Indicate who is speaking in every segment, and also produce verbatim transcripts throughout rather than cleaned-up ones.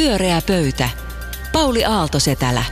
Speaker 1: Pyöreä pöytä. Pauli Aalto-Setälä.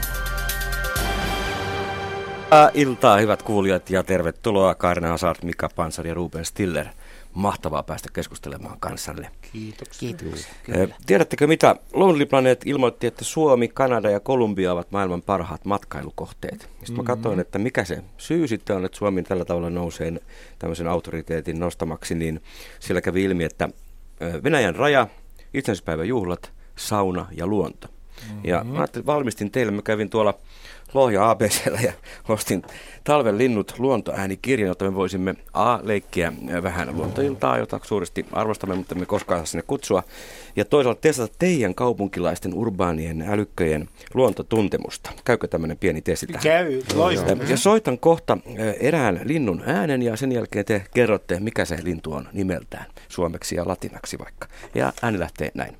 Speaker 2: Iltaa, hyvät kuulijat, ja tervetuloa Kaarina Hazard, Mika Pansari ja Ruben Stiller. Mahtavaa päästä keskustelemaan kanssanne.
Speaker 3: Kiitoksia.
Speaker 1: Kiitos.
Speaker 2: Tiedättekö mitä? Lonely Planet ilmoitti, että Suomi, Kanada ja Kolumbia ovat maailman parhaat matkailukohteet. Sitten mm-hmm. mä katsoin, että mikä se syy sitten on, että Suomi tällä tavalla nousee tämmöisen autoriteetin nostamaksi, niin siellä kävi ilmi, että Venäjän raja, itsenäisyyspäivän juhlat, sauna ja luonto. Mm-hmm. Ja mä ajattelin, valmistin teille, mä kävin tuolla Lohja A B C:llä ja ostin Talven linnut luontoäänikirjan, jotta me voisimme A, leikkiä vähän luontoiltaa, jota suuresti arvostamme, mutta me koskaan saa sinne kutsua. Ja toisaalta testata teidän kaupunkilaisten urbaanien älykköjen luontotuntemusta. Käykö tämmöinen pieni testi tähän?
Speaker 3: Käy, loistavaa.
Speaker 2: Ja soitan kohta erään linnun äänen ja sen jälkeen te kerrotte, mikä se lintu on nimeltään, suomeksi ja latinaksi vaikka. Ja ääni lähtee näin.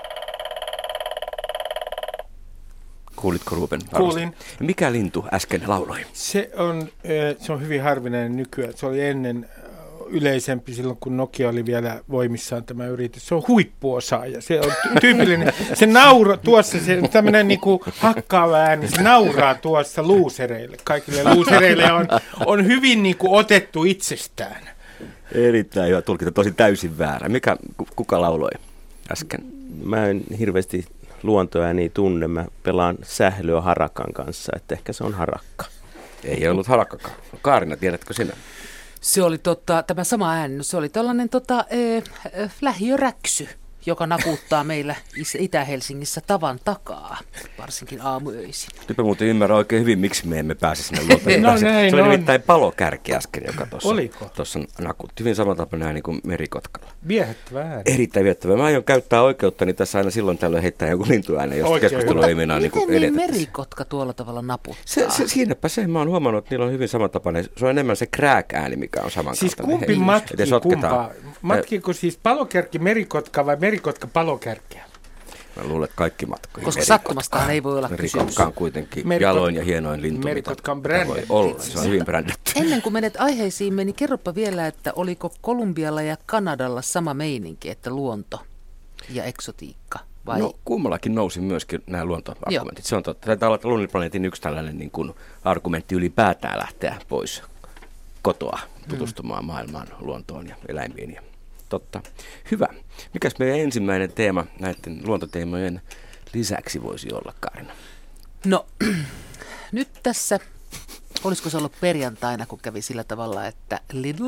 Speaker 2: Kuulitko, Ruben?
Speaker 3: Kuulin.
Speaker 2: Mikä lintu äsken lauloi?
Speaker 3: Se on, se on hyvin harvinainen nykyään. Se oli ennen yleisempi silloin, kun Nokia oli vielä voimissaan tämä yritys. Se on huippuosaaja. Se on tyypillinen. Se nauraa tuossa, se tämmöinen niinku hakkaava ääni, se nauraa tuossa luusereille. Kaikille luusereille on, on hyvin niinku otettu itsestään.
Speaker 2: Erittäin hyvä tulkinta, tosi täysin väärä. Mikä, kuka lauloi äsken?
Speaker 4: Mä en hirveästi luontoääniä tunne. Mä pelaan sählyä harakan kanssa, että ehkä se on harakka.
Speaker 2: Ei ollut harakkakaan. Kaarina, tiedätkö sinä?
Speaker 5: Se oli tota, tämä sama ääni, no se oli tällainen tota, äh, äh, lähiöräksy, joka nakuttaa meillä Itä-Helsingissä tavan takaa, varsinkin aamuöisin.
Speaker 2: Nyt mä muuten ymmärrän oikein hyvin, miksi me emme pääse sinne luontoon.
Speaker 3: No, näin,
Speaker 2: se oli
Speaker 3: no.
Speaker 2: nimittäin palokärki äsken, joka
Speaker 3: Oliko?
Speaker 2: tuossa nakutti. Hyvin samantapainen ääni kuin merikotkalla.
Speaker 3: Viehättävä ääni.
Speaker 2: Erittäin viehättävä. Mä aion käyttää oikeuttani tässä aina silloin tällöin heittää joku lintuäänen, josta
Speaker 3: Oikein
Speaker 2: keskustelu ei meinaa niin
Speaker 5: Miten
Speaker 2: edetä.
Speaker 5: niin merikotka tuolla tavalla naputtaa?
Speaker 2: Se, se, siinäpä se. Mä oon huomannut, että niillä on hyvin samantapainen. Se on enemmän se krääk-ääni, mikä on samankaltainen.
Speaker 3: Siis kumpi matkii kumpaa?
Speaker 2: Äh,
Speaker 3: Matkiiko siis palokärki merikotka vai merikotka palokärkeä?
Speaker 2: Mä luulen, että kaikki matkoja.
Speaker 5: Koska sattumastaan ei voi olla
Speaker 2: Merikotka
Speaker 5: kysymys.
Speaker 2: on kuitenkin
Speaker 3: Merikot-
Speaker 2: jaloin ja hienoin lintu,
Speaker 3: Merikotka on
Speaker 2: mitä
Speaker 3: brändätty.
Speaker 2: voi olla. Se on hyvin brändätty.
Speaker 5: Ennen kuin menet aiheisiin, niin kerropa vielä, että oliko Kolumbialla ja Kanadalla sama meininki, että luonto ja eksotiikka? Vai?
Speaker 2: No kummallakin nousi myöskin nämä luontoargumentit. Se on totta. Taitaa olla Lonely Planetin yksi tällainen niin kuin argumentti ylipäätään lähteä pois kotoa tutustumaan mm. maailmaan, luontoon ja eläimiin. Ja totta. Hyvä. Mikäs meidän ensimmäinen teema näiden luontoteemojen lisäksi voisi olla, Kaarina?
Speaker 5: No, nyt tässä, olisiko se ollut perjantaina, kun kävi sillä tavalla, että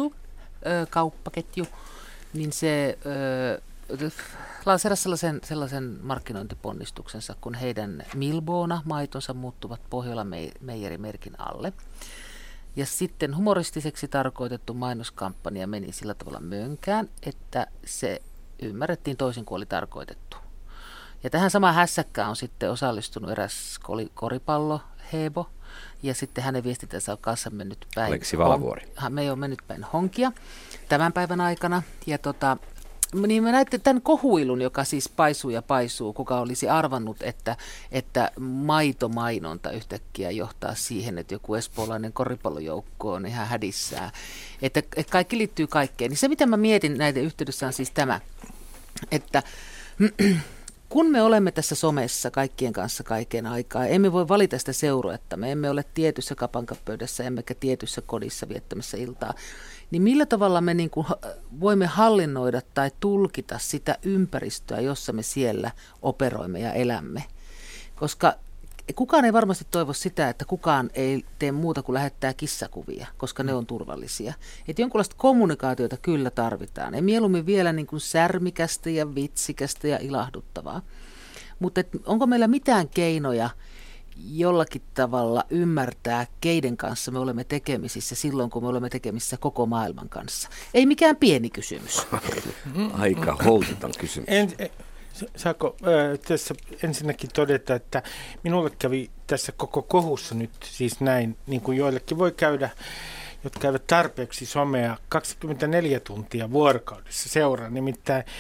Speaker 5: Lidl-kauppaketju, niin se ö, lanseerasi sellaisen, sellaisen markkinointiponnistuksensa, kun heidän Milboona-maitonsa muuttuvat Pohjolan meijerimerkin alle. Ja sitten humoristiseksi tarkoitettu mainoskampanja meni sillä tavalla mönkään, että se ymmärrettiin toisin kuin oli tarkoitettu. Ja tähän samaan hässäkkään on sitten osallistunut eräs koripallo Hebo, ja sitten hänen viestintänsä on kanssa mennyt päin.
Speaker 2: Aleksi Valavuori.
Speaker 5: Me ei ole mennyt päin honkia tämän päivän aikana. Ja tota, niin me näitte tämän kohuilun, joka siis paisuu ja paisuu, kuka olisi arvannut, että, että maitomainonta yhtäkkiä johtaa siihen, että joku espoolainen koripallojoukko on ihan hädissään. Että, että kaikki liittyy kaikkeen. Niin se, mitä mä mietin näiden yhteydessä, on siis tämä, että kun me olemme tässä somessa kaikkien kanssa kaiken aikaa, emme voi valita sitä seuruetta, me emme ole tietyssä kapankapöydässä, emmekä tietyssä kodissa viettämässä iltaa, niin millä tavalla me niin kuin voimme hallinnoida tai tulkita sitä ympäristöä, jossa me siellä operoimme ja elämme? Koska kukaan ei varmasti toivo sitä, että kukaan ei tee muuta kuin lähettää kissakuvia, koska ne on turvallisia. Että jonkunlaista kommunikaatiota kyllä tarvitaan. Ja mieluummin vielä niin kuin särmikästä ja vitsikästä ja ilahduttavaa. Mutta onko meillä mitään keinoja jollakin tavalla ymmärtää, keiden kanssa me olemme tekemisissä silloin, kun me olemme tekemisissä koko maailman kanssa? Ei mikään pieni kysymys.
Speaker 2: Aika holtiton kysymys.
Speaker 3: En, saako äh, tässä ensinnäkin todeta, että minulle kävi tässä koko kohussa nyt siis näin, niin kuin joillekin voi käydä, jotka eivät tarpeeksi somea kaksikymmentäneljä tuntia vuorokaudessa seuraa. Nimittäin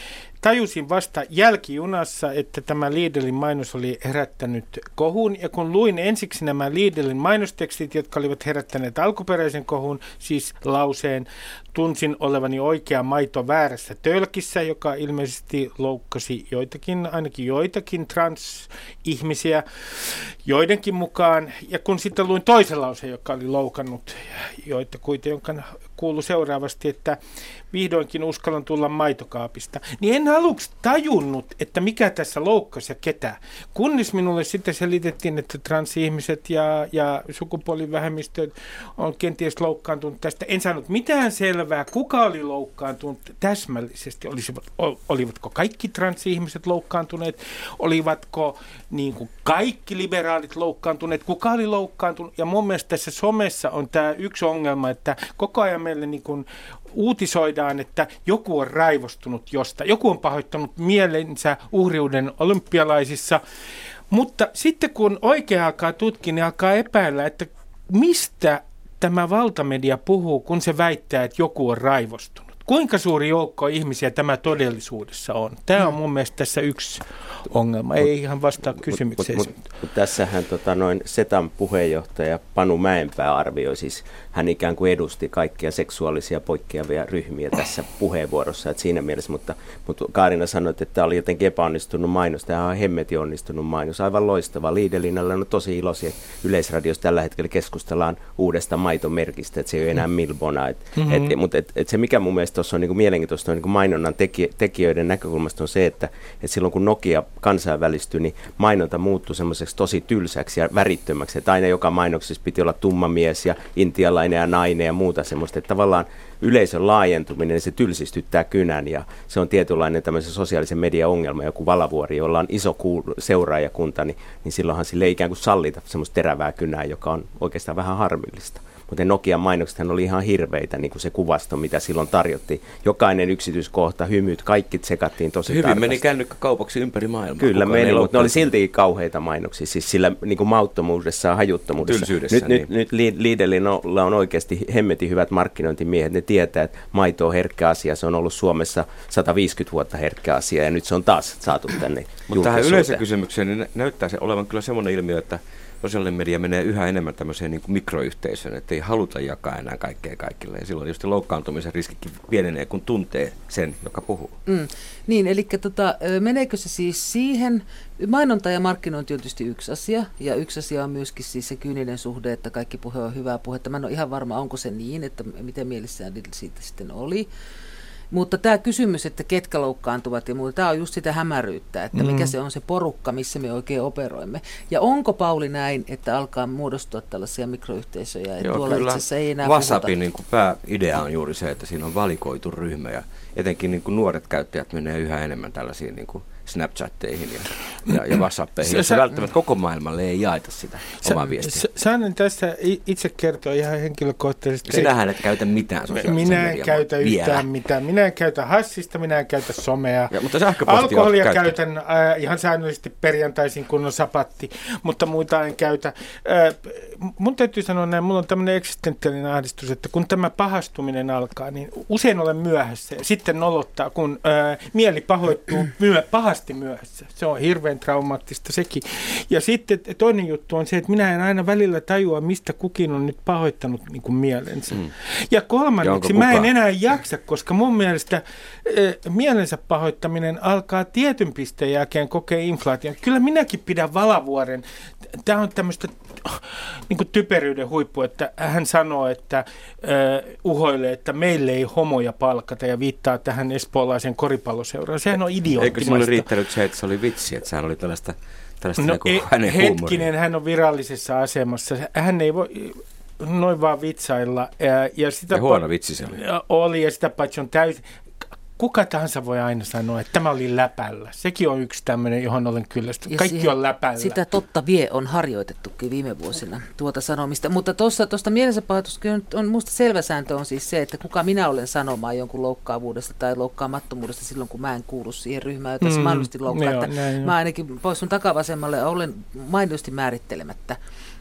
Speaker 3: tajusin vasta jälkijunassa, että tämä Lidlin mainos oli herättänyt kohun. Ja kun luin ensiksi nämä Lidlin mainostekstit, jotka olivat herättäneet alkuperäisen kohun, siis lauseen, tunsin olevani oikea maito väärässä tölkissä, joka ilmeisesti loukkasi joitakin, ainakin joitakin transihmisiä joidenkin mukaan. Ja kun sitten luin toisen lauseen, joka oli loukannut joita kuitenkaan kuului seuraavasti, että vihdoinkin uskallan tulla maitokaapista, niin en aluksi tajunnut, että mikä tässä loukkasi ja ketä. Kunnes minulle sitten selitettiin, että transihmiset ja, ja sukupuolivähemmistöt on kenties loukkaantunut tästä. En saanut mitään selvää, kuka oli loukkaantunut täsmällisesti. Olisivat, olivatko kaikki transihmiset loukkaantuneet? Olivatko niin kuin kaikki liberaalit loukkaantuneet? Kuka oli loukkaantunut? Ja mun mielestä tässä somessa on tämä yksi ongelma, että koko ajan meille niin kuin uutisoidaan, että joku on raivostunut jostain, joku on pahoittanut mielensä uhriuden olympialaisissa, mutta sitten kun oikein alkaa tutkia, niin alkaa epäillä, että mistä tämä valtamedia puhuu, kun se väittää, että joku on raivostunut. Kuinka suuri joukko ihmisiä tämä todellisuudessa on? Tämä on mun mielestä tässä yksi ongelma. Ei mut, ihan vastaa kysymykseen.
Speaker 4: Mut, mut, mut tässähän tota, noin Setan puheenjohtaja Panu Mäenpää arvioi, siis hän ikään kuin edusti kaikkia seksuaalisia poikkeavia ryhmiä tässä puheenvuorossa. Et siinä mielessä, mutta, mutta Kaarina sanoi, että tämä oli jotenkin epäonnistunut mainos. Tämä on hemmetin onnistunut mainos. Aivan loistava. Lidlinalla on tosi iloisia, että Yleisradiossa tällä hetkellä keskustellaan uudesta maitomerkistä, että se ei ole enää Milbona. Et, mm-hmm. et, mutta et, et se mikä mun mielestä tuossa on niin kuin mielenkiintoista on niin kuin mainonnan teki, tekijöiden näkökulmasta on se, että, että silloin kun Nokia kansainvälistyi, niin mainonta muuttui semmoiseksi tosi tylsäksi ja värittömäksi. Että aina joka mainoksessa piti olla tumma mies ja intialainen ja nainen ja muuta semmoista. Että tavallaan yleisön laajentuminen, niin se tylsistyttää kynän ja se on tietynlainen tämmöisen sosiaalisen median ongelma. Joku Valavuori, jolla on iso kuul- seuraajakunta, niin, niin silloinhan sille ei ikään kuin sallita semmoista terävää kynää, joka on oikeastaan vähän harmillista. Mutta Nokian mainoksethan oli ihan hirveitä, niin kuin se kuvasto, mitä silloin tarjottiin. Jokainen yksityiskohta, hymyt, kaikki tsekattiin tosi
Speaker 2: Hyvin
Speaker 4: tarkasti.
Speaker 2: meni kännykkäkaupaksi ympäri maailmaa.
Speaker 4: Kyllä meni, mutta ne oli siltikin kauheita mainoksia, siis sillä niin kuin mauttomuudessa ja hajuttomuudessa.
Speaker 2: Tylsyydessä,
Speaker 4: nyt,
Speaker 2: niin.
Speaker 4: nyt Lidlillä on oikeasti hemmetin hyvät markkinointimiehet. Ne tietää, että maito on herkkä asia. Se on ollut Suomessa sata viisikymmentä vuotta herkkä asia ja nyt se on taas saatu tänne.
Speaker 2: Mutta tähän yleisökysymykseen niin näyttää se olevan kyllä semmoinen ilmiö, että sosiaalinen media menee yhä enemmän tämmöiseen niin kuin mikroyhteisöön, että ei haluta jakaa enää kaikkea kaikille. Ja silloin just loukkaantumisen riskikin pienenee, kun tuntee sen, joka puhuu.
Speaker 5: Mm. Niin, eli tota, meneekö se siis siihen, mainonta ja markkinointi on tietysti yksi asia, ja yksi asia on myöskin siis se kyyninen suhde, että kaikki puhe on hyvää puhetta. Mä en ole ihan varma, onko se niin, että miten mielessään siitä sitten oli. Mutta tämä kysymys, että ketkä loukkaantuvat ja muuta, tämä on just sitä hämäryyttä, että mikä se on se porukka, missä me oikein operoimme. Ja onko, Pauli, näin, että alkaa muodostua tällaisia mikroyhteisöjä, että
Speaker 2: Joo,
Speaker 5: tuolla
Speaker 2: kyllä.
Speaker 5: itse asiassa ei enää
Speaker 2: WhatsAppin niin kuin pääidea on juuri se, että siinä on valikoitu ryhmä ja etenkin niin kuin nuoret käyttäjät menee yhä enemmän tällaisiin niin kuin Snapchatteihin ja, ja, ja WhatsAppeihin, jossa välttämättä koko maailmalle ei jaeta sitä omaa viestiä.
Speaker 3: Saan tässä itse kertoa ihan henkilökohtaisesti.
Speaker 2: Sinähän et käytä mitään sosiaalista
Speaker 3: Minä en käytä
Speaker 2: vielä.
Speaker 3: yhtään mitään. Minä en käytä hassista, minä en käytä somea.
Speaker 2: Ja, mutta
Speaker 3: alkoholia
Speaker 2: käyttä.
Speaker 3: käytän äh, ihan säännöllisesti perjantaisin, kun on sapatti, mutta muita en käytä. Äh, mun täytyy sanoa näin, mulla on tämmöinen eksistentiaalinen ahdistus, että kun tämä pahastuminen alkaa, niin usein olen myöhässä ja sitten nolottaa, kun äh, mieli pahoittuu myö, pahasti myöhässä. Se on hirveän traumaattista sekin. Ja sitten toinen juttu on se, että minä en aina välillä tajua, mistä kukin on nyt pahoittanut niin kuin mielensä. Mm. Ja kolmanneksi mä en enää jaksa, koska mun mielestä äh, mielensä pahoittaminen alkaa tietyn pisteen jälkeen kokea inflaation. Kyllä minäkin pidän Valavuoren. Tämä on tämmöistä niin kuin typeryyden huippu, että hän sanoo, että äh, uhoilee, että meille ei homoja palkata ja viittaa tähän espoolaisen koripalloseuraan. Sehän on idioottimaista.
Speaker 2: Eikö sinulle riittänyt se, että se oli vitsi, että sehän oli tällaista, tällaista
Speaker 3: no,
Speaker 2: niin hänen
Speaker 3: hetkinen,
Speaker 2: huumoria.
Speaker 3: hän on virallisessa asemassa. Hän ei voi noin vaan vitsailla. Ja, ja, sitä
Speaker 2: ja huono vitsi se oli.
Speaker 3: Oli ja sitä paitsi on täysin. Kuka tahansa voi aina sanoa, että tämä oli läpällä. Sekin on yksi tämmöinen, johon olen kyllästynyt. Kaikki siihen, on läpällä.
Speaker 5: Sitä totta vie on harjoitettukin viime vuosina tuota sanomista. Mutta tuosta mielensä pahoitusta on minusta selvä sääntö on siis se, että kuka minä olen sanomaan jonkun loukkaavuudesta tai loukkaamattomuudesta silloin, kun mä en kuulu siihen ryhmään, jota se mm, mahdollisesti loukkaa. Joo, mä ainakin poistun takavasemmalle ja olen mainiosti määrittelemättä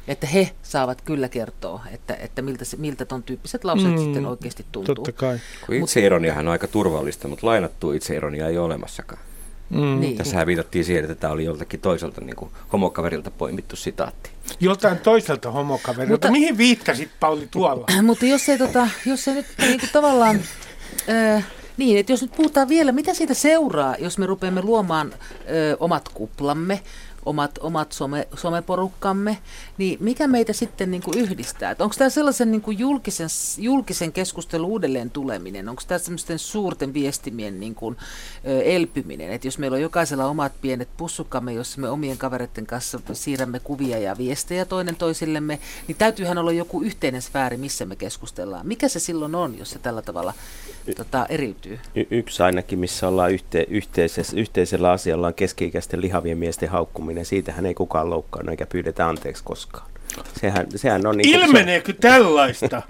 Speaker 5: Että he saavat kyllä kertoa, että, että miltä, se, miltä ton tyyppiset lauseet mm, sitten oikeasti tuntuu.
Speaker 3: Totta kai.
Speaker 2: Kun itseironiahan on aika turvallista, mutta lainattua itseironiaa ei ole olemassakaan.
Speaker 3: Mm.
Speaker 5: Niin.
Speaker 2: Tässähän viitattiin siihen, että tämä oli joltakin toiselta niin kuin homokaverilta poimittu sitaatti.
Speaker 3: Joltain toiselta homokaverilta. Mutta, mihin viittasit, Pauli, tuolla?
Speaker 5: Mutta jos ei, tota, jos ei nyt niin kuin tavallaan... Äh, Niin, että jos nyt puhutaan vielä, mitä siitä seuraa, jos me rupeamme luomaan ö, omat kuplamme, omat, omat some, someporukkamme, niin mikä meitä sitten niin kuin yhdistää? Onko tämä sellaisen niin kuin julkisen, julkisen keskustelun uudelleen tuleminen? Onko tämä sellaisten suurten viestimien niin kuin, ö, elpyminen? Että jos meillä on jokaisella omat pienet pussukkamme, jossa me omien kavereiden kanssa siirrämme kuvia ja viestejä toinen toisillemme, niin täytyyhän olla joku yhteinen sfääri, missä me keskustellaan. Mikä se silloin on, jos se tällä tavalla tota, eriytyy?
Speaker 4: Y- yksi ainakin, missä ollaan yhte- yhteisessä, yhteisellä asialla on keski-ikäisten lihavien miesten haukkuminen. Siitähän ei kukaan loukkaannut eikä pyydetä anteeksi koskaan. Sehän, sehän on niin
Speaker 3: Ilmeneekö tällaista?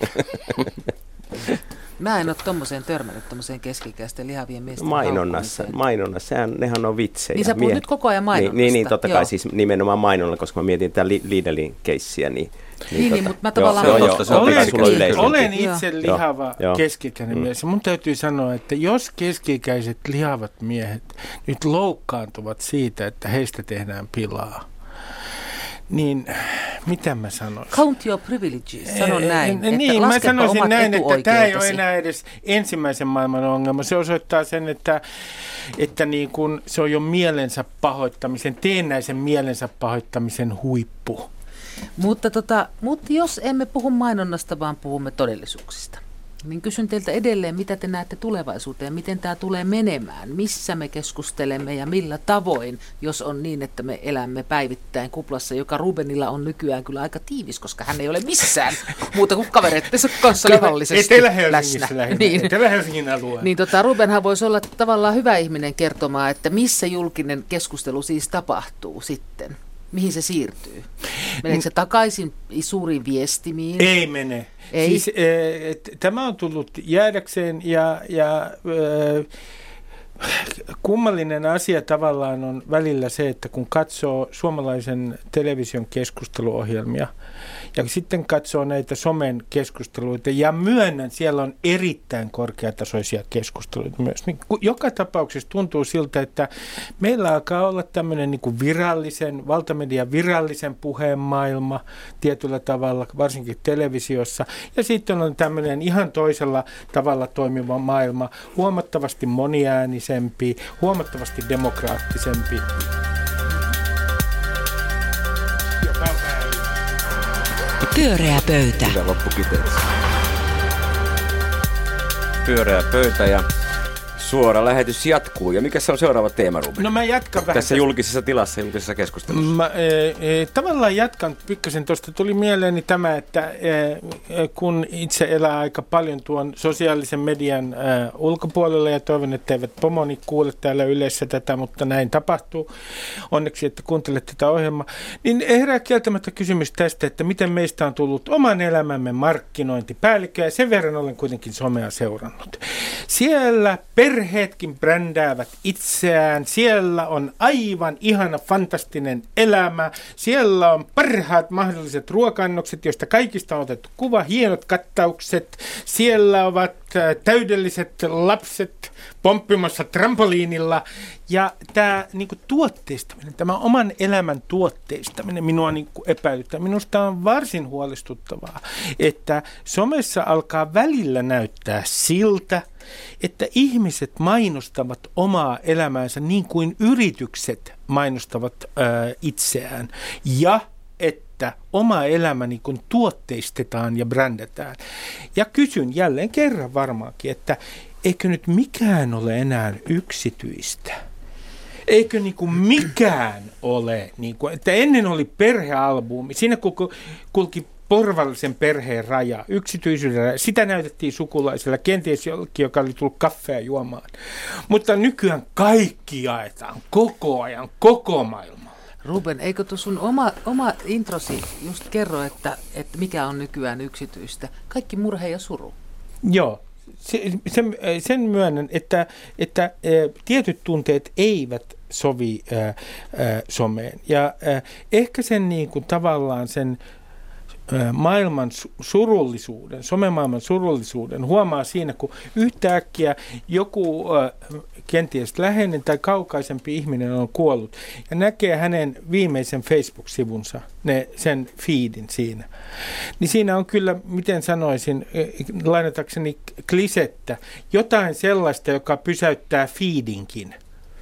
Speaker 5: Mä en ole tommoseen törmännyt, tommoseen keski-ikäisten lihavien miesten
Speaker 4: mainonnassa. Mainonnassa, sehän, nehän on vitsejä.
Speaker 5: Niin sä puhut
Speaker 4: Mie-
Speaker 5: nyt koko ajan mainonnasta.
Speaker 4: Niin, niin totta
Speaker 5: Joo.
Speaker 4: kai siis nimenomaan mainonnalla, koska mä mietin tätä Lidlin keissiä. Niin,
Speaker 5: niin, niin,
Speaker 4: tota,
Speaker 5: mutta mä tavallaan...
Speaker 4: Joo, joo,
Speaker 2: Totta, se
Speaker 4: joo,
Speaker 2: on
Speaker 3: olen,
Speaker 4: sulla on yleisempi.
Speaker 3: olen itse lihava
Speaker 4: joo,
Speaker 3: keski-ikäinen
Speaker 4: mm.
Speaker 3: mies. Mun täytyy sanoa, että jos keski-ikäiset lihavat miehet nyt loukkaantuvat siitä, että heistä tehdään pilaa, niin mitä mä sanoisin?
Speaker 5: Count your privileges, sanon näin.
Speaker 3: Että niin, mä sanoisin näin, että tämä ei ole enää edes ensimmäisen maailman ongelma. Se osoittaa sen, että, että niin kun se on jo mielensä pahoittamisen, teennäisen mielensä pahoittamisen huippu.
Speaker 5: Mutta, tota, mutta jos emme puhu mainonnasta, vaan puhumme todellisuuksista, niin kysyn teiltä edelleen, mitä te näette tulevaisuuteen, miten tämä tulee menemään, missä me keskustelemme ja millä tavoin, jos on niin, että me elämme päivittäin kuplassa, joka Rubenilla on nykyään kyllä aika tiivis, koska hän ei ole missään muuta kuin kavereittensa kanssa lihallisesti
Speaker 3: Etelä-Helsingissä lähinnä,
Speaker 5: niin.
Speaker 3: Etelä-Helsingin alueella.
Speaker 5: Niin tota, Rubenhan voisi olla tavallaan hyvä ihminen kertomaan, että missä julkinen keskustelu siis tapahtuu sitten. Mihin se siirtyy? Meneekö se takaisin suuriin viestimiin?
Speaker 3: Ei mene.
Speaker 5: Ei.
Speaker 3: Siis, e, t- tämä on tullut jäädäkseen ja, ja e, kummallinen asia tavallaan on välillä se, että kun katsoo suomalaisen television keskusteluohjelmia ja sitten katsoo näitä somen keskusteluita ja myönnän, siellä on erittäin korkeatasoisia keskusteluita myös. Niin joka tapauksessa tuntuu siltä, että meillä alkaa olla tämmöinen niin kuin virallisen, valtamedian virallisen puheen maailma tietyllä tavalla, varsinkin televisiossa. Ja sitten on tämmöinen ihan toisella tavalla toimiva maailma, huomattavasti moniäänisempi, huomattavasti demokraattisempi.
Speaker 1: Pyöreä pöytä.
Speaker 2: Hyvä loppukiteys. Pyöreä pöytä ja suora lähetys jatkuu. Ja mikä se on seuraava teema, Ruben?
Speaker 3: No mä jatkan vähän.
Speaker 2: Tässä julkisessa tilassa, julkisessa keskustelussa.
Speaker 3: Mä, e, e, tavallaan jatkan pikkasen. Tuosta tuli mieleeni tämä, että e, kun itse elää aika paljon tuon sosiaalisen median e, ulkopuolella ja toivon, että eivät pomoni kuule täällä yleensä tätä, mutta näin tapahtuu. Onneksi, että kuuntelet tätä ohjelmaa. Niin herää kieltämättä kysymys tästä, että miten meistä on tullut oman elämämme markkinointipäällikkö, ja sen verran olen kuitenkin somea seurannut. Siellä perheetkin brändäävät itseään, siellä on aivan ihana, fantastinen elämä, siellä on parhaat mahdolliset ruoka-annokset, joista kaikista on otettu kuva, hienot kattaukset, siellä ovat täydelliset lapset pomppimassa trampoliinilla, ja tämä niinku tuotteistaminen, tämä oman elämän tuotteistaminen minua niinku epäilyttää. Minusta on varsin huolestuttavaa, että somessa alkaa välillä näyttää siltä, että ihmiset mainostavat omaa elämäänsä niin kuin yritykset mainostavat ää, itseään, ja että oma elämä niin kuin tuotteistetaan ja brändätään. Ja kysyn jälleen kerran varmaankin, että eikö nyt mikään ole enää yksityistä? Eikö niin kuin mikään ole, niin kuin, että ennen oli perhealbumi, siinä kulki, kulki porvallisen perheen raja, yksityisyyden raja. Sitä näytettiin sukulaisella, kenties jollekin, joka oli tullut kaffea juomaan. Mutta nykyään kaikki jaetaan koko ajan, koko maailmalla.
Speaker 5: Ruben, eikö tuo sun oma, oma introsi just kerro, että, että mikä on nykyään yksityistä? Kaikki murhe ja suru.
Speaker 3: Joo. Sen, sen myönnän, että, että ä, tietyt tunteet eivät sovi ä, ä, someen. Ja ä, ehkä sen niin kuin, tavallaan sen maailman surullisuuden, somemaailman surullisuuden huomaa siinä, kun yhtäkkiä joku kenties läheinen tai kaukaisempi ihminen on kuollut ja näkee hänen viimeisen Facebook-sivunsa, ne, sen feedin siinä. Niin siinä on kyllä, miten sanoisin, lainatakseni klisettä, jotain sellaista, joka pysäyttää feedinkin.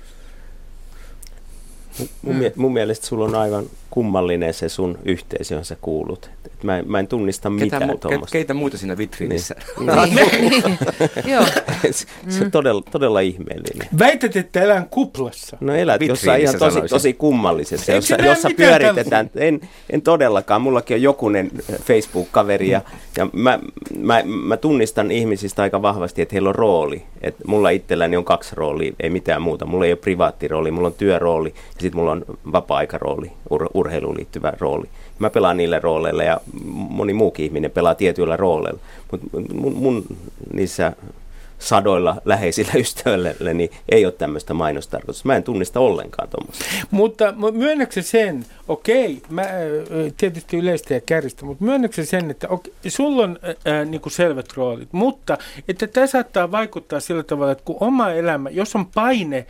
Speaker 4: Mun, mm. mun mielestä sulla on aivan kummallinen se sun yhteisö, johon sä kuulut. Et mä, mä en tunnista mitään
Speaker 2: keitä,
Speaker 4: tuommoista.
Speaker 2: Keitä muuta siinä vitriinissä?
Speaker 5: Niin. Joo.
Speaker 4: Se on todella, todella ihmeellinen.
Speaker 3: Väität, että elän kuplassa.
Speaker 4: No elät jossain ihan tosi, tosi kummallisessa, jossa, jossa pyöritetään. En, en todellakaan. Mullakin on jokunen Facebook-kaveri ja, ja mä, mä, mä tunnistan ihmisistä aika vahvasti, että heillä on rooli. Et mulla itselläni on kaksi roolia, ei mitään muuta. Mulla ei ole privaattirooli, mulla on työrooli ja sitten mulla on vapaa-aikarooli, ur- urheiluun liittyvä rooli. Mä pelaan niillä rooleilla ja moni muukin ihminen pelaa tietyillä rooleilla, mutta mun, mun niissä sadoilla läheisillä ystävillä niin ei ole tämmöistä mainostarkoitusta. Mä en tunnista ollenkaan tuommoista.
Speaker 3: Mutta myönnätkö sen, okei, mä tietysti yleistä ja kärjistä, mutta myönnätkö sen, että okei, sulla on ää, niin kuin selvät roolit, mutta että tämä saattaa vaikuttaa sillä tavalla, että kun oma elämä, jos on paine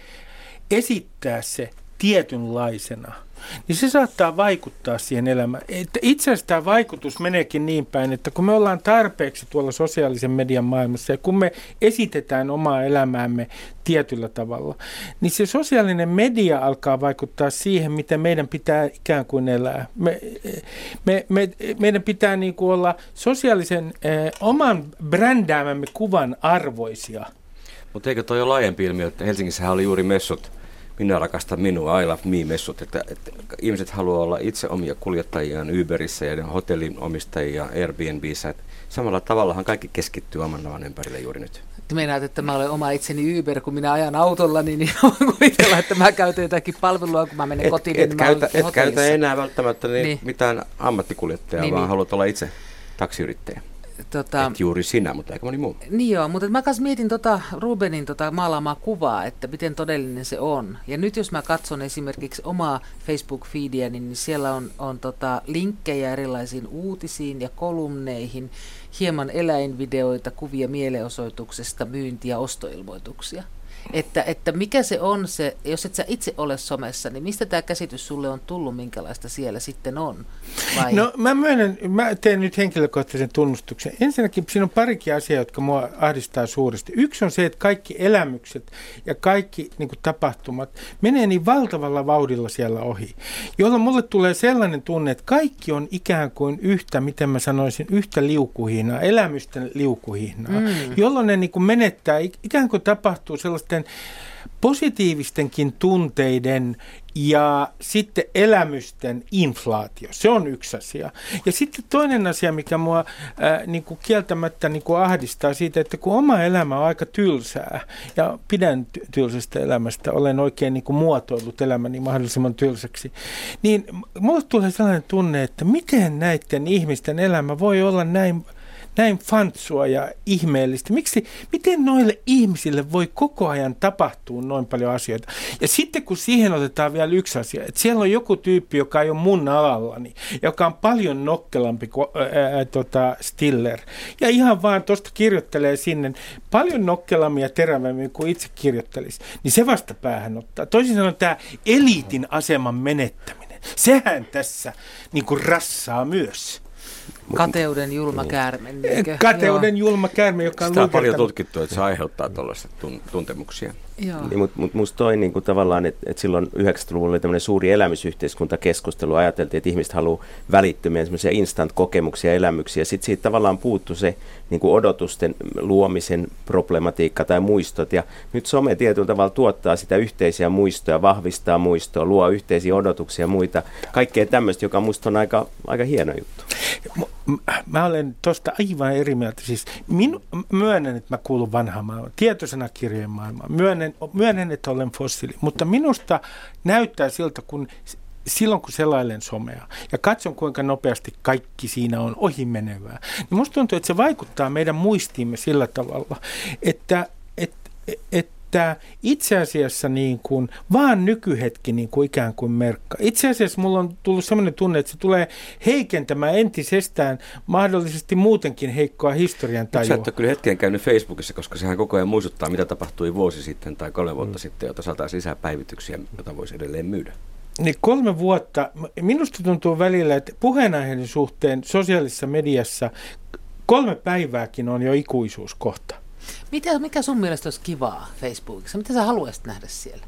Speaker 3: esittää se tietynlaisena, niin se saattaa vaikuttaa siihen elämään. Että itse asiassa tämä vaikutus meneekin niin päin, että kun me ollaan tarpeeksi tuolla sosiaalisen median maailmassa ja kun me esitetään omaa elämäämme tietyllä tavalla, niin se sosiaalinen media alkaa vaikuttaa siihen, miten meidän pitää ikään kuin elää. Me, me, me, meidän pitää niin kuin olla sosiaalisen eh, oman brändäämämme kuvan arvoisia.
Speaker 2: Mutta eikö toi ole laajempi ilmiö, että Helsingissähän oli juuri messut, minä rakastan minua, I love me-messut, että, että ihmiset haluaa olla itse omia kuljettajiaan Uberissä ja hotellin omistajia Airbnbissä. Että samalla tavallahan kaikki keskittyy oman navan ympärille juuri nyt.
Speaker 5: Meinaat, että mä olen oma itseni Uber, kun minä ajan autolla, niin voin kuvitella, että mä käytän jotakin palvelua, kun mä menen
Speaker 2: et,
Speaker 5: kotiin.
Speaker 2: Et,
Speaker 5: niin
Speaker 2: käytä, et käytä enää välttämättä niin
Speaker 5: niin.
Speaker 2: mitään ammattikuljettajaa, niin, vaan niin. haluat olla itse taksiyrittäjä. Tota, et juuri sinä, mutta aika moni muu.
Speaker 5: Niin joo, mutta mä kanssa mietin tota Rubenin tota maalaamaa kuvaa, että miten todellinen se on. Ja nyt jos mä katson esimerkiksi omaa Facebook-feediä, niin siellä on, on tota linkkejä erilaisiin uutisiin ja kolumneihin, hieman eläinvideoita, kuvia mielenosoituksesta, myyntiä, ostoilmoituksia. Että, että mikä se on se, jos et sä itse ole somessa, niin mistä tämä käsitys sulle on tullut, minkälaista siellä sitten on? Vai?
Speaker 3: No mä myönnän, mä teen nyt henkilökohtaisen tunnustuksen. Ensinnäkin siinä on parikin asiaa, jotka mua ahdistaa suuresti. Yksi on se, että kaikki elämykset ja kaikki niin kuin tapahtumat menee niin valtavalla vauhdilla siellä ohi, jolloin mulle tulee sellainen tunne, että kaikki on ikään kuin yhtä, miten mä sanoisin, yhtä liukuhihnaa, elämysten liukuhihnaa, mm. jolloin ne niin kuin menettää, ikään kuin tapahtuu sellaista positiivistenkin tunteiden ja sitten elämysten inflaatio. Se on yksi asia. Ja sitten toinen asia, mikä mua ää, niin kuin kieltämättä niin kuin ahdistaa siitä, että kun oma elämä on aika tylsää ja pidän ty- tylsästä elämästä, olen oikein niin kuin muotoillut elämäni mahdollisimman tylsäksi, niin mulle tulee sellainen tunne, että miten näiden ihmisten elämä voi olla näin näin fantsua ja ihmeellistä. Miksi, miten noille ihmisille voi koko ajan tapahtua noin paljon asioita? Ja sitten kun siihen otetaan vielä yksi asia, että siellä on joku tyyppi, joka ei ole mun alallani, joka on paljon nokkelampi kuin ää, ää, tota Stiller. Ja ihan vaan tuosta kirjoittelee sinne paljon nokkelammin ja terävämmin kuin itse kirjoittelisi. Niin se vasta päähän ottaa. Toisin sanoen tämä eliitin aseman menettäminen. Sehän tässä niin kuin rassaa myös.
Speaker 5: Kateuden julma käärme.
Speaker 3: Kateuden Joo. julma käärme, joka on
Speaker 2: Sitä on paljon tutkittu, että se aiheuttaa tuollaisia tun- tuntemuksia.
Speaker 4: Niin, mutta mut musta toi niin kuin tavallaan, että et silloin yhdeksänkymmentäluvulla oli tämmöinen suuri elämysyhteiskuntakeskustelu. Ajateltiin, että ihmiset haluaa välittömiä semmoisia instant-kokemuksia ja elämyksiä. Sitten siitä tavallaan puuttui se niin kuin odotusten luomisen problematiikka tai muistot. Ja nyt some tietyllä tavalla tuottaa sitä yhteisiä muistoja, vahvistaa muistoa, luo yhteisiä odotuksia ja muita. Kaikkea tämmöistä, joka musta on aika, aika hieno juttu.
Speaker 3: Mä olen tuosta aivan eri mieltä. Siis minu, myönnän, että mä kuulun vanhaan maailmaan, tietosanakirjojen maailmaan. Myönnän, myönnän, että olen fossiili. Mutta minusta näyttää siltä, kun silloin kun selailen somea ja katson, kuinka nopeasti kaikki siinä on ohimenevää, niin musta tuntuu, että se vaikuttaa meidän muistiimme sillä tavalla, että et, et, että itse asiassa niin kuin vaan nykyhetki niin kuin ikään kuin merkka. Itse asiassa mulla on tullut sellainen tunne, että se tulee heikentämään entisestään mahdollisesti muutenkin heikkoa historian tajua.
Speaker 2: Sä et ole kyllä hetken käynyt Facebookissa, koska sehän koko ajan muistuttaa, mitä tapahtui vuosi sitten tai kolme vuotta mm. sitten, jota saataisiin lisää päivityksiä, jota voisi edelleen myydä.
Speaker 3: Niin kolme vuotta. Minusta tuntuu välillä, että puheenaiheiden suhteen sosiaalisessa mediassa kolme päivääkin on jo ikuisuuskohta.
Speaker 5: Mitä, mikä sun mielestä olisi kivaa Facebookissa? Mitä sä haluaisit nähdä siellä?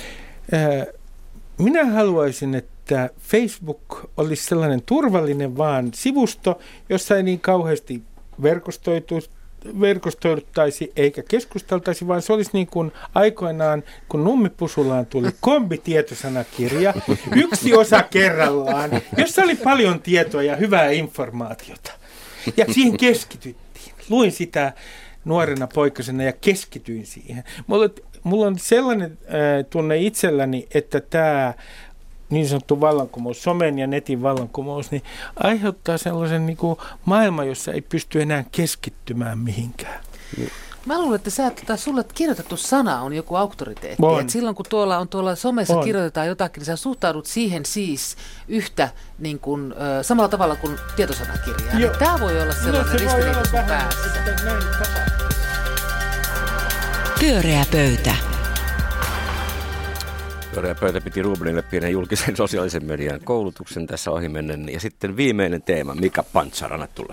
Speaker 3: Minä haluaisin, että Facebook olisi sellainen turvallinen vaan sivusto, jossa ei niin kauheasti verkostoiduttaisi eikä keskusteltaisi, vaan se olisi niin kuin aikoinaan, kun Nummipusulaan tuli kombitietosanakirja, yksi osa kerrallaan, jossa oli paljon tietoa ja hyvää informaatiota. Ja siihen keskityttiin. Luin sitä nuorena poikasena ja keskityin siihen. Mulla, mulla on sellainen äh, tunne itselläni, että tämä niin sanottu vallankumous, somen ja netin vallankumous, niin aiheuttaa sellaisen niin kuin maailman, jossa ei pysty enää keskittymään mihinkään.
Speaker 5: Mä luulen, että sä, tota, sulle kirjoitettu sana on joku auktoriteetti. Et silloin kun tuolla on tuolla somessa on. kirjoitetaan jotakin, niin sä suhtaudut siihen siis yhtä niin kuin, ö, samalla tavalla kuin tietosanakirjaa. Tämä voi olla sellainen no, se ristiriita sun päässä.
Speaker 1: Pyöreä pöytä.
Speaker 2: Pyöreä pöytä piti Rubinille pienen julkisen sosiaalisen median koulutuksen tässä ohimennen. Ja sitten viimeinen teema, Mika Pantsar, anna tulla.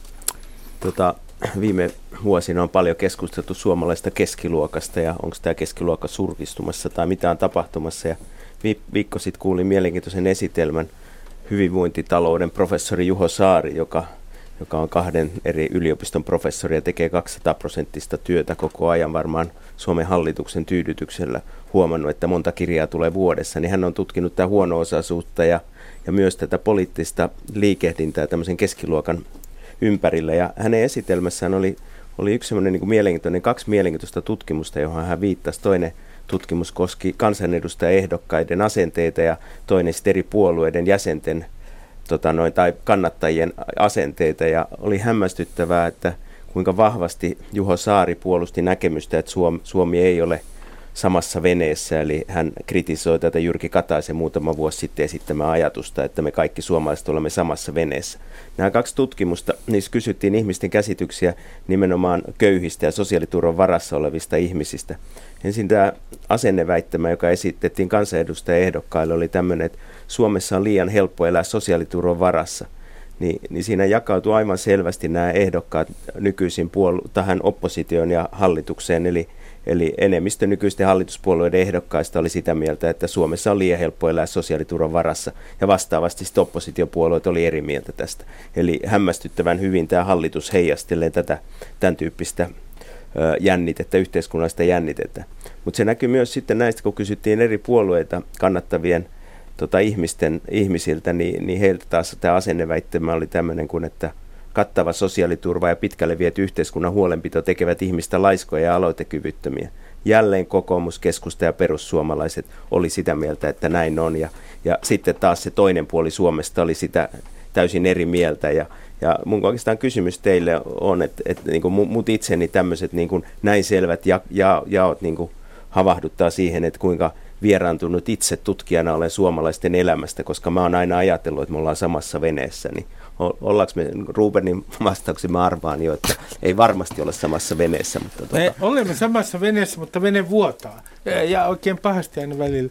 Speaker 4: Tota, viime vuosina on paljon keskusteltu suomalaista keskiluokasta ja onko tämä keskiluokka surkistumassa tai mitä on tapahtumassa. Ja viikko sitten kuulin mielenkiintoisen esitelmän hyvinvointitalouden professori Juho Saari, joka, joka on kahden eri yliopiston professori ja tekee kaksisataa prosenttista työtä koko ajan varmaan Suomen hallituksen tyydytyksellä huomannut, että monta kirjaa tulee vuodessa. Niin hän on tutkinut tätä huono-osaisuutta ja, ja myös tätä poliittista liikehdintää tämmöisen keskiluokan ympärillä. Ja hänen esitelmässään oli, oli yksi semmoinen niin kuin mielenkiintoinen, kaksi mielenkiintoista tutkimusta, johon hän viittasi. Toinen tutkimus koski kansanedustajaehdokkaiden asenteita ja toinen sitten eri puolueiden jäsenten tota noin, tai kannattajien asenteita. Ja oli hämmästyttävää, että kuinka vahvasti Juho Saari puolusti näkemystä, että Suomi, Suomi ei ole samassa veneessä, eli hän kritisoi tätä Jyrki Kataisen muutama vuosi sitten esittämää ajatusta, että me kaikki suomalaiset olemme samassa veneessä. Nämä kaksi tutkimusta, niissä kysyttiin ihmisten käsityksiä nimenomaan köyhistä ja sosiaaliturvan varassa olevista ihmisistä. Ensin tämä asenneväittämä, joka esitettiin kansanedustajaehdokkaille, oli tämmöinen, että Suomessa on liian helppo elää sosiaaliturvan varassa. Niin, niin siinä jakautuu aivan selvästi nämä ehdokkaat nykyisin puolu- tähän oppositioon ja hallitukseen, eli Eli enemmistö nykyisten hallituspuolueiden ehdokkaista oli sitä mieltä, että Suomessa on liian helppo elää sosiaaliturvan varassa. Ja vastaavasti sitten oppositiopuolueet oli eri mieltä tästä. Eli hämmästyttävän hyvin tämä hallitus heijastelee tätä tämän tyyppistä ö, jännitettä, yhteiskunnallista jännitettä. Mutta se näkyy myös sitten näistä, kun kysyttiin eri puolueita kannattavien tota, ihmisten, ihmisiltä, niin, niin heiltä taas tämä asenneväittämä oli tämmöinen kuin, että kattava sosiaaliturva ja pitkälle viety yhteiskunnan huolenpito tekevät ihmistä laiskoja ja aloitekyvyttömiä. Jälleen kokoomus, keskusta ja perussuomalaiset oli sitä mieltä, että näin on. Ja, ja sitten taas se toinen puoli Suomesta oli sitä täysin eri mieltä. Ja, ja mun oikeastaan kysymys teille on, että, että niin kuin mut itseni tämmöiset niin kuin näin selvät ja, ja, jaot niin kuin havahduttaa siihen, että kuinka vieraantunut itse tutkijana olen suomalaisten elämästä, koska mä oon aina ajatellut, että me ollaan samassa veneessä. Niin ollaanko me, Rubenin vastauksen mä arvaan jo, että ei varmasti olla samassa veneessä. Mutta tuota.
Speaker 3: Me olemme samassa veneessä, mutta vene vuotaa. Ja oikein pahasti aina välillä.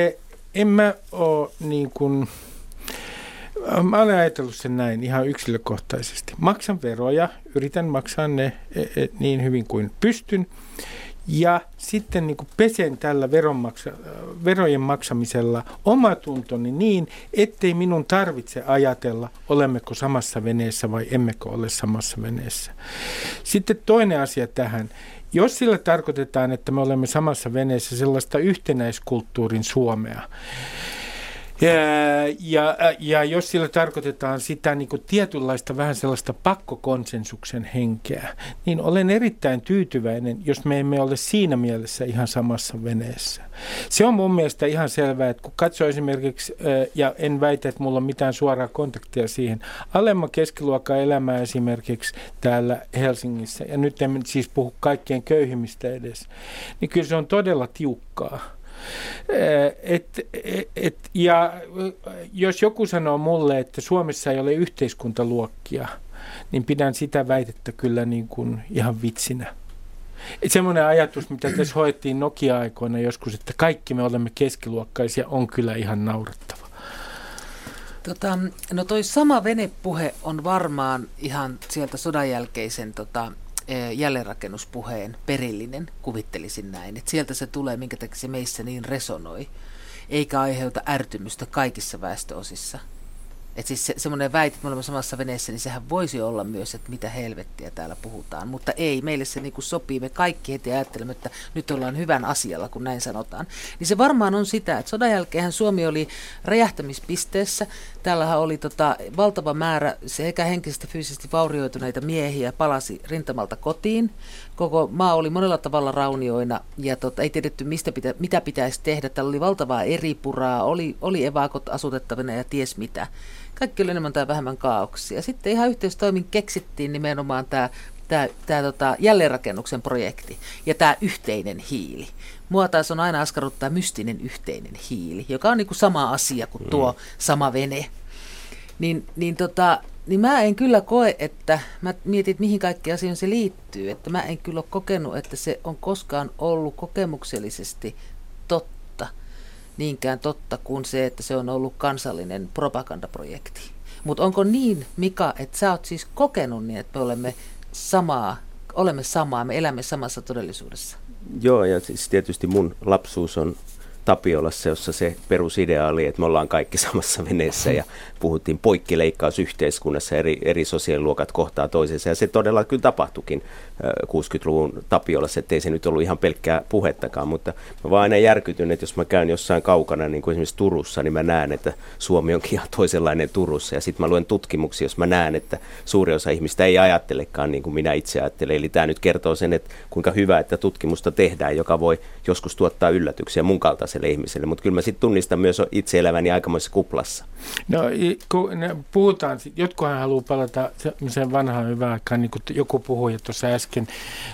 Speaker 3: En mä ole niin kuin, mä olen ajatellut sen näin ihan yksilökohtaisesti. Maksan veroja, yritän maksaa ne niin hyvin kuin pystyn. Ja sitten niin kuin pesen tällä veronmaksa, verojen maksamisella omatuntoni niin, ettei minun tarvitse ajatella, olemmeko samassa veneessä vai emmekö ole samassa veneessä. Sitten toinen asia tähän. Jos sillä tarkoitetaan, että me olemme samassa veneessä sellaista yhtenäiskulttuurin Suomea, Ja, ja, ja jos sillä tarkoitetaan sitä niin kuin tietynlaista vähän sellaista pakkokonsensuksen henkeä, niin olen erittäin tyytyväinen, jos me emme ole siinä mielessä ihan samassa veneessä. Se on mun mielestä ihan selvää, että kun katsoo esimerkiksi, ja en väitä, että mulla on mitään suoraa kontaktia siihen, alemman keskiluokan elämää esimerkiksi täällä Helsingissä, ja nyt en siis puhu kaikkien köyhimmistä edes, niin kyllä se on todella tiukkaa. Et, et, et, ja jos joku sanoo mulle, että Suomessa ei ole yhteiskuntaluokkia, niin pidän sitä väitettä kyllä niin kuin ihan vitsinä. Et semmoinen ajatus, mitä tässä hoettiin Nokia-aikoina joskus, että kaikki me olemme keskiluokkaisia, on kyllä ihan naurattava.
Speaker 5: Tota, no toi sama venepuhe on varmaan ihan sieltä sodan jälkeisen tota, jälleenrakennuspuheen perillinen, kuvittelisin näin. Että sieltä se tulee, minkä takia se meissä niin resonoi, eikä aiheuta ärtymystä kaikissa väestöosissa. Että siis se, semmoinen väite, että me olemme samassa veneessä, niin sehän voisi olla myös, että mitä helvettiä täällä puhutaan. Mutta ei, meille se niin kuin sopii, me kaikki heti ajattelemme, että nyt ollaan hyvän asialla, kun näin sanotaan. Niin se varmaan on sitä, että sodan jälkeen Suomi oli räjähtämispisteessä. Täällähän oli tota, valtava määrä sekä henkisesti fyysisesti vaurioituneita miehiä palasi rintamalta kotiin. Koko maa oli monella tavalla raunioina ja tota, ei tiedetty, mistä pitä, mitä pitäisi tehdä. Täällä oli valtavaa eripuraa, oli, oli evakot asutettavina ja ties mitä. Kaikki oli enemmän tai vähemmän kaaoksia. Sitten ihan yhteistoimin keksittiin nimenomaan tämä tää, tää, tota, jälleenrakennuksen projekti ja tämä yhteinen hiili. Mua taas on aina askarruttaa mystinen yhteinen hiili, joka on niinku sama asia kuin tuo mm. sama vene. Niin, niin, tota, niin mä en kyllä koe, että mä mietin, että mihin kaikkiin asioihin se liittyy. Että mä en kyllä ole kokenut, että se on koskaan ollut kokemuksellisesti totta. Niinkään totta kuin se, että se on ollut kansallinen propagandaprojekti. Mutta onko niin, Mika, että sä oot siis kokenut niin, että me olemme samaa, olemme samaa, me elämme samassa todellisuudessa?
Speaker 4: Joo, ja siis tietysti mun lapsuus on Tapiolassa, jossa se perusidea oli, että me ollaan kaikki samassa veneessä ja puhuttiin poikkileikkausyhteiskunnassa, eri, eri sosiaaliluokat kohtaa toisensa. Ja se todella kyllä tapahtuikin kuusikymmentäluvun Tapiolassa, ettei se nyt ollut ihan pelkkää puhettakaan, mutta mä vaan aina järkytyn, että jos mä käyn jossain kaukana, niin kuin esimerkiksi Turussa, niin mä näen, että Suomi onkin ihan toisenlainen Turussa. Ja sitten mä luen tutkimuksia, jos mä näen, että suuri osa ihmistä ei ajattelekaan niin kuin minä itse ajattelen. Eli tämä nyt kertoo sen, että kuinka hyvä, että tutkimusta tehdään, joka voi joskus tuottaa yllätyksiä mun kaltaiselle ihmiselle. Mutta kyllä mä sitten tunnistan myös itse eläväni aikamoisessa kuplassa.
Speaker 3: No kun puhutaan, jotkuhan haluaa palata sen vanhaan hyvään aikaan, niin kuin joku puhui tuossa äsken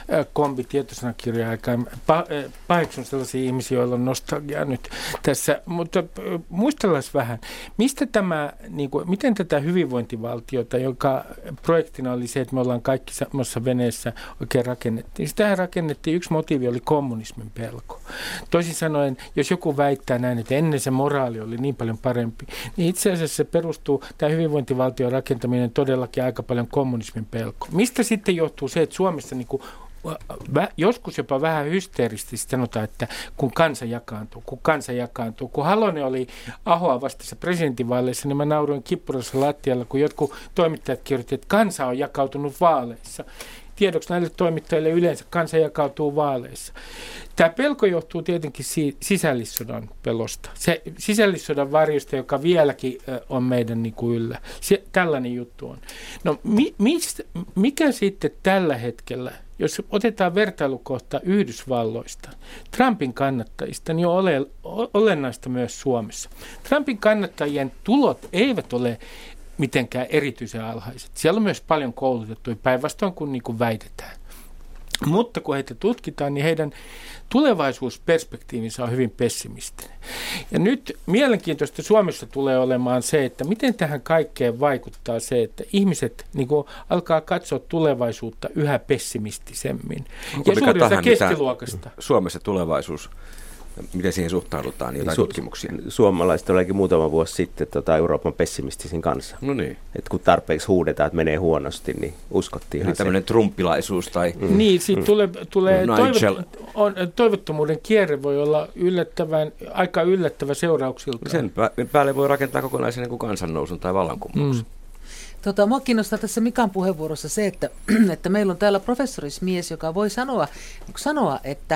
Speaker 3: kombi-tietosanakirjan aikaan. Paheksun sellaisia ihmisiä, joilla on nostalgia nyt tässä, mutta muistellaan vähän, mistä tämä, niin kuin, miten tätä hyvinvointivaltiota, joka projektina oli se, että me ollaan kaikki samassa veneessä oikein rakennettiin. Sitähän rakennettiin, yksi motiivi oli kommunismin pelko. Toisin sanoen, jos joku väittää näin, että ennen se moraali oli niin paljon parempi, niin itse asiassa se perustuu, tämä hyvinvointivaltion rakentaminen todellakin aika paljon kommunismin pelko. Mistä sitten johtuu se, että Suomessa niin kuin, joskus jopa vähän hysteerisesti sanotaan, että kun kansa jakaantuu, kun kansa jakaantuu. Kun Halonen oli Ahoa vastassa presidentinvaaleissa, niin mä nauroin kippurassa lattialla, kun jotkut toimittajat kirjoittivat, että kansa on jakautunut vaaleissa. Tiedoksi näille toimittajille yleensä kansa jakautuu vaaleissa. Tämä pelko johtuu tietenkin sisällissodan pelosta. Se sisällissodan varjosta, joka vieläkin on meidän niin kuin yllä. Se, tällainen juttu on. No mi, mistä, mikä sitten tällä hetkellä, jos otetaan vertailukohta Yhdysvalloista, Trumpin kannattajista, niin on ole, olennaista myös Suomessa. Trumpin kannattajien tulot eivät ole mitenkään erityisen alhaiset. Siellä on myös paljon koulutettuja, päinvastoin kuin, niin kuin väitetään. Mutta kun heitä tutkitaan, niin heidän tulevaisuusperspektiivinsä on hyvin pessimistinen. Ja nyt mielenkiintoista Suomessa tulee olemaan se, että miten tähän kaikkeen vaikuttaa se, että ihmiset niin kuin, alkaa katsoa tulevaisuutta yhä pessimistisemmin.
Speaker 2: Onko
Speaker 3: ja suurin osa keskiluokasta.
Speaker 2: Suomessa tulevaisuus, miten siihen suhtaudutaan, jotain Su- tutkimuksia?
Speaker 4: Suomalaiset olikin muutama vuosi sitten tota, Euroopan pessimistisin kanssa.
Speaker 2: No niin.
Speaker 4: Et kun tarpeeksi huudetaan, että menee huonosti, niin uskottiin.
Speaker 2: Eli tämmöinen trumpilaisuus tai...
Speaker 3: Mm. Niin, siitä mm. tulee, tulee toivot, on, toivottomuuden kierre voi olla yllättävän, aika yllättävä seurauksilta.
Speaker 2: Sen päälle voi rakentaa kokonaisen niin kuin kansannousun tai vallankumouksen. Mm.
Speaker 5: Tota, mua kiinnostaa tässä Mikan puheenvuorossa se, että, että meillä on täällä professorismies, joka voi sanoa, sanoa että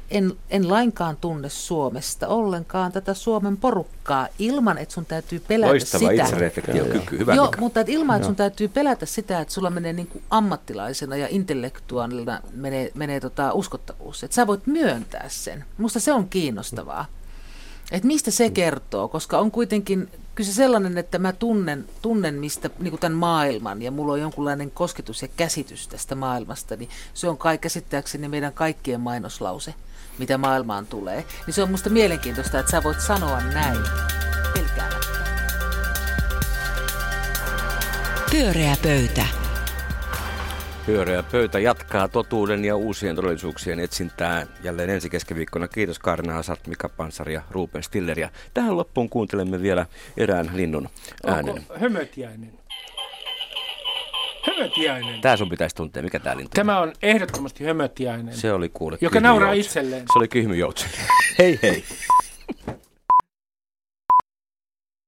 Speaker 5: en, en lainkaan tunne Suomesta ollenkaan tätä Suomen porukkaa ilman, että sun täytyy pelätä
Speaker 2: Loistava
Speaker 5: sitä.
Speaker 2: itsereflektiokyky, hyvä.
Speaker 5: Joo, mutta et ilman, että sun täytyy pelätä sitä, että sulla menee niin kuin ammattilaisena ja intellektuaalina menee, menee tota uskottavuus. Että sä voit myöntää sen. Musta se on kiinnostavaa. Että mistä se kertoo, koska on kuitenkin kyllä se sellainen, että mä tunnen, tunnen mistä niin kuin tämän maailman ja mulla on jonkunlainen kosketus ja käsitys tästä maailmasta, niin se on kai käsittääkseni meidän kaikkien mainoslause, mitä maailmaan tulee. Niin se on musta mielenkiintoista, että sä voit sanoa näin pelkäämättä.
Speaker 1: Pyöreä pöytä.
Speaker 2: Pyöreä pöytä jatkaa totuuden ja uusien todellisuuksien etsintää jälleen ensi keskiviikkona. Kiitos Kaarina Hazard, Mika Pantsar ja Ruben Stiller. Ja tähän loppuun kuuntelemme vielä erään linnun äänen.
Speaker 3: Onko hömötiäinen? Hömötiäinen.
Speaker 2: Tää sun pitäisi tuntea. Mikä tää lintu on?
Speaker 3: Tämä on ehdottomasti hömötiäinen,
Speaker 2: Se oli kuule
Speaker 3: joka nauraa
Speaker 2: kyhmyjoutsen.
Speaker 3: itselleen.
Speaker 2: Se oli kyhmyjoutsen. Hei hei.